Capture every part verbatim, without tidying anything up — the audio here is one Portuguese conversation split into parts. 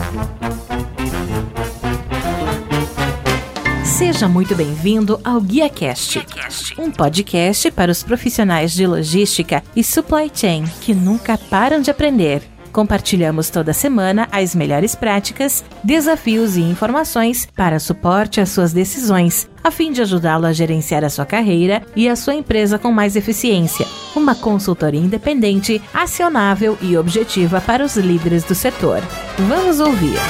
Seja muito bem-vindo ao GuiaCast, um podcast para os profissionais de logística e supply chain que nunca param de aprender. Compartilhamos toda semana as melhores práticas, desafios e informações para suporte às suas decisões, a fim de ajudá-lo a gerenciar a sua carreira e a sua empresa com mais eficiência. Uma consultoria independente, acionável e objetiva para os líderes do setor. Vamos ouvir!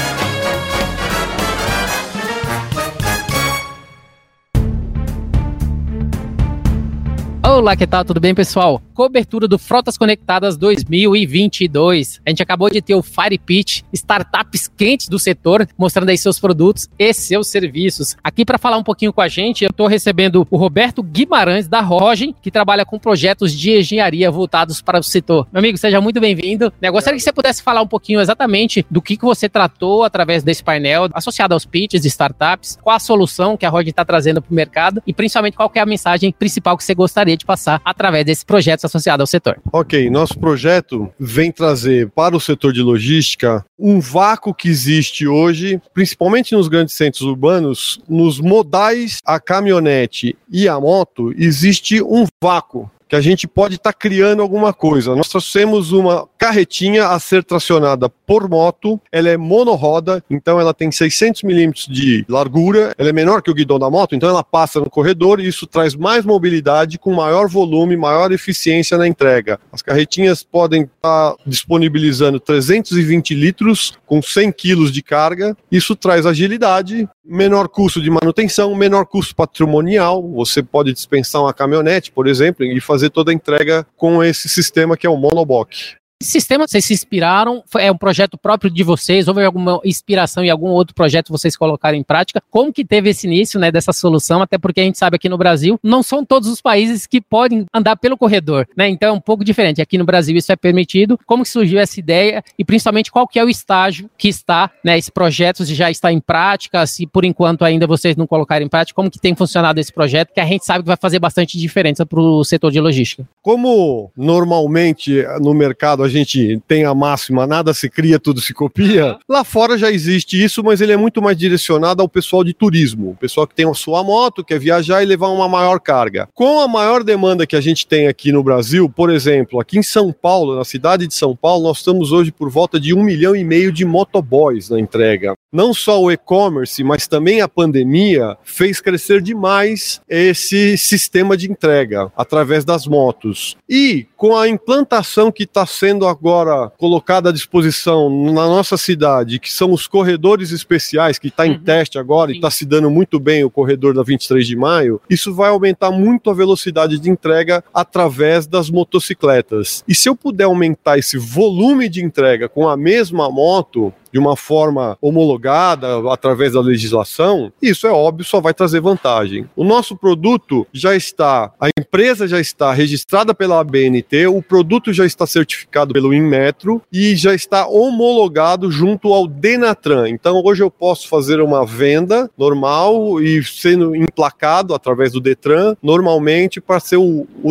Olá, que tal? Tudo bem, pessoal? Cobertura do Frotas Conectadas dois mil e vinte e dois. A gente acabou de ter o Fire Pitch, startups quentes do setor, mostrando aí seus produtos e seus serviços. Aqui para falar um pouquinho com a gente, eu estou recebendo o Roberto Guimarães, da Rogen, que trabalha com projetos de engenharia voltados para o setor. Meu amigo, seja muito bem-vindo. Eu gostaria que você pudesse falar um pouquinho exatamente do que, que você tratou através desse painel, associado aos pitches de startups, qual a solução que a Rogen está trazendo para o mercado e, principalmente, qual que é a mensagem principal que você gostaria de passar através desses projetos associados ao setor. Ok, nosso projeto vem trazer para o setor de logística um vácuo que existe hoje, principalmente nos grandes centros urbanos, nos modais a caminhonete e a moto, existe um vácuo que a gente pode estar tá criando alguma coisa. Nós trouxemos uma carretinha a ser tracionada por moto, ela é monoroda, então ela tem seiscentos milímetros de largura, ela é menor que o guidão da moto, então ela passa no corredor e isso traz mais mobilidade com maior volume, maior eficiência na entrega. As carretinhas podem estar tá disponibilizando trezentos e vinte litros com cem quilos de carga, isso traz agilidade, menor custo de manutenção, menor custo patrimonial, você pode dispensar uma caminhonete, por exemplo, e fazer toda a entrega com esse sistema que é o Monobock. Esse sistema, vocês se inspiraram? É um projeto próprio de vocês? Houve alguma inspiração em algum outro projeto vocês colocaram em prática? Como que teve esse início, né, dessa solução? Até porque a gente sabe aqui no Brasil, não são todos os países que podem andar pelo corredor, né? Então é um pouco diferente. Aqui no Brasil isso é permitido. Como que surgiu essa ideia? E principalmente qual que é o estágio que está, né, esse projeto, se já está em prática, se por enquanto ainda vocês não colocaram em prática, como que tem funcionado esse projeto, que a gente sabe que vai fazer bastante diferença para o setor de logística? Como normalmente no mercado a gente tem a máxima, nada se cria, tudo se copia. Lá fora já existe isso, mas ele é muito mais direcionado ao pessoal de turismo, o pessoal que tem a sua moto, quer viajar e levar uma maior carga. Com a maior demanda que a gente tem aqui no Brasil, por exemplo, aqui em São Paulo, na cidade de São Paulo, nós estamos hoje por volta de um milhão e meio de motoboys na entrega. Não só o e-commerce, mas também a pandemia fez crescer demais esse sistema de entrega através das motos. E com a implantação que está sendo agora colocada à disposição na nossa cidade, que são os corredores especiais, que está em uhum. teste agora, Sim. e está se dando muito bem o corredor da vinte e três de maio, isso vai aumentar muito a velocidade de entrega através das motocicletas. E se eu puder aumentar esse volume de entrega com a mesma moto, de uma forma homologada através da legislação, isso é óbvio, só vai trazer vantagem. O nosso produto já está, a empresa já está registrada pela A B N T, o produto já está certificado pelo Inmetro e já está homologado junto ao Denatran. Então hoje eu posso fazer uma venda normal e sendo emplacado através do Detran, normalmente para ser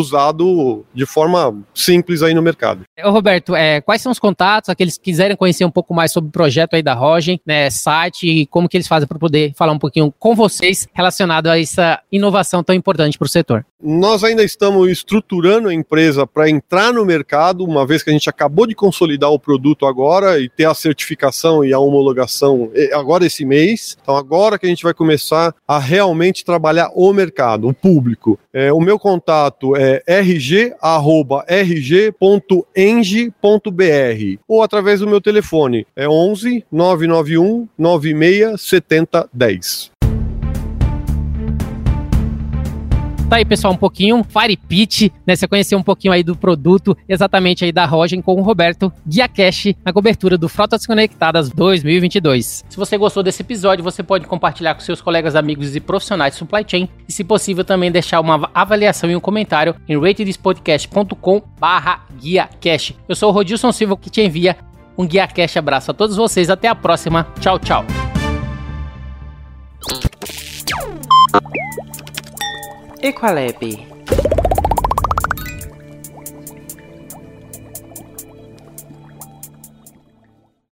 usado de forma simples aí no mercado. Ô Roberto, é, quais são os contatos, aqueles que quiserem conhecer um pouco mais sobre o projeto projeto aí da Rogen, né, site e como que eles fazem para poder falar um pouquinho com vocês relacionado a essa inovação tão importante para o setor? Nós ainda estamos estruturando a empresa para entrar no mercado, uma vez que a gente acabou de consolidar o produto agora e ter a certificação e a homologação agora esse mês. Então agora que a gente vai começar a realmente trabalhar o mercado, o público. É, o meu contato é r g arroba r g ponto eng ponto b r ou através do meu telefone, é onze nove nove um nove seis sete zero um zero. Tá aí, pessoal, um pouquinho, Fire Pitch, né? Você conheceu um pouquinho aí do produto, exatamente aí da Rogen com o Roberto GuiaCast na cobertura do Frotas Conectadas dois mil e vinte e dois. Se você gostou desse episódio, você pode compartilhar com seus colegas, amigos e profissionais de supply chain e, se possível, também deixar uma avaliação e um comentário em ratedspodcast ponto com barra GuiaCast. Eu sou o Rodilson Silva, que te envia um GuiaCast. Abraço a todos vocês, até a próxima. Tchau, tchau. Equalab.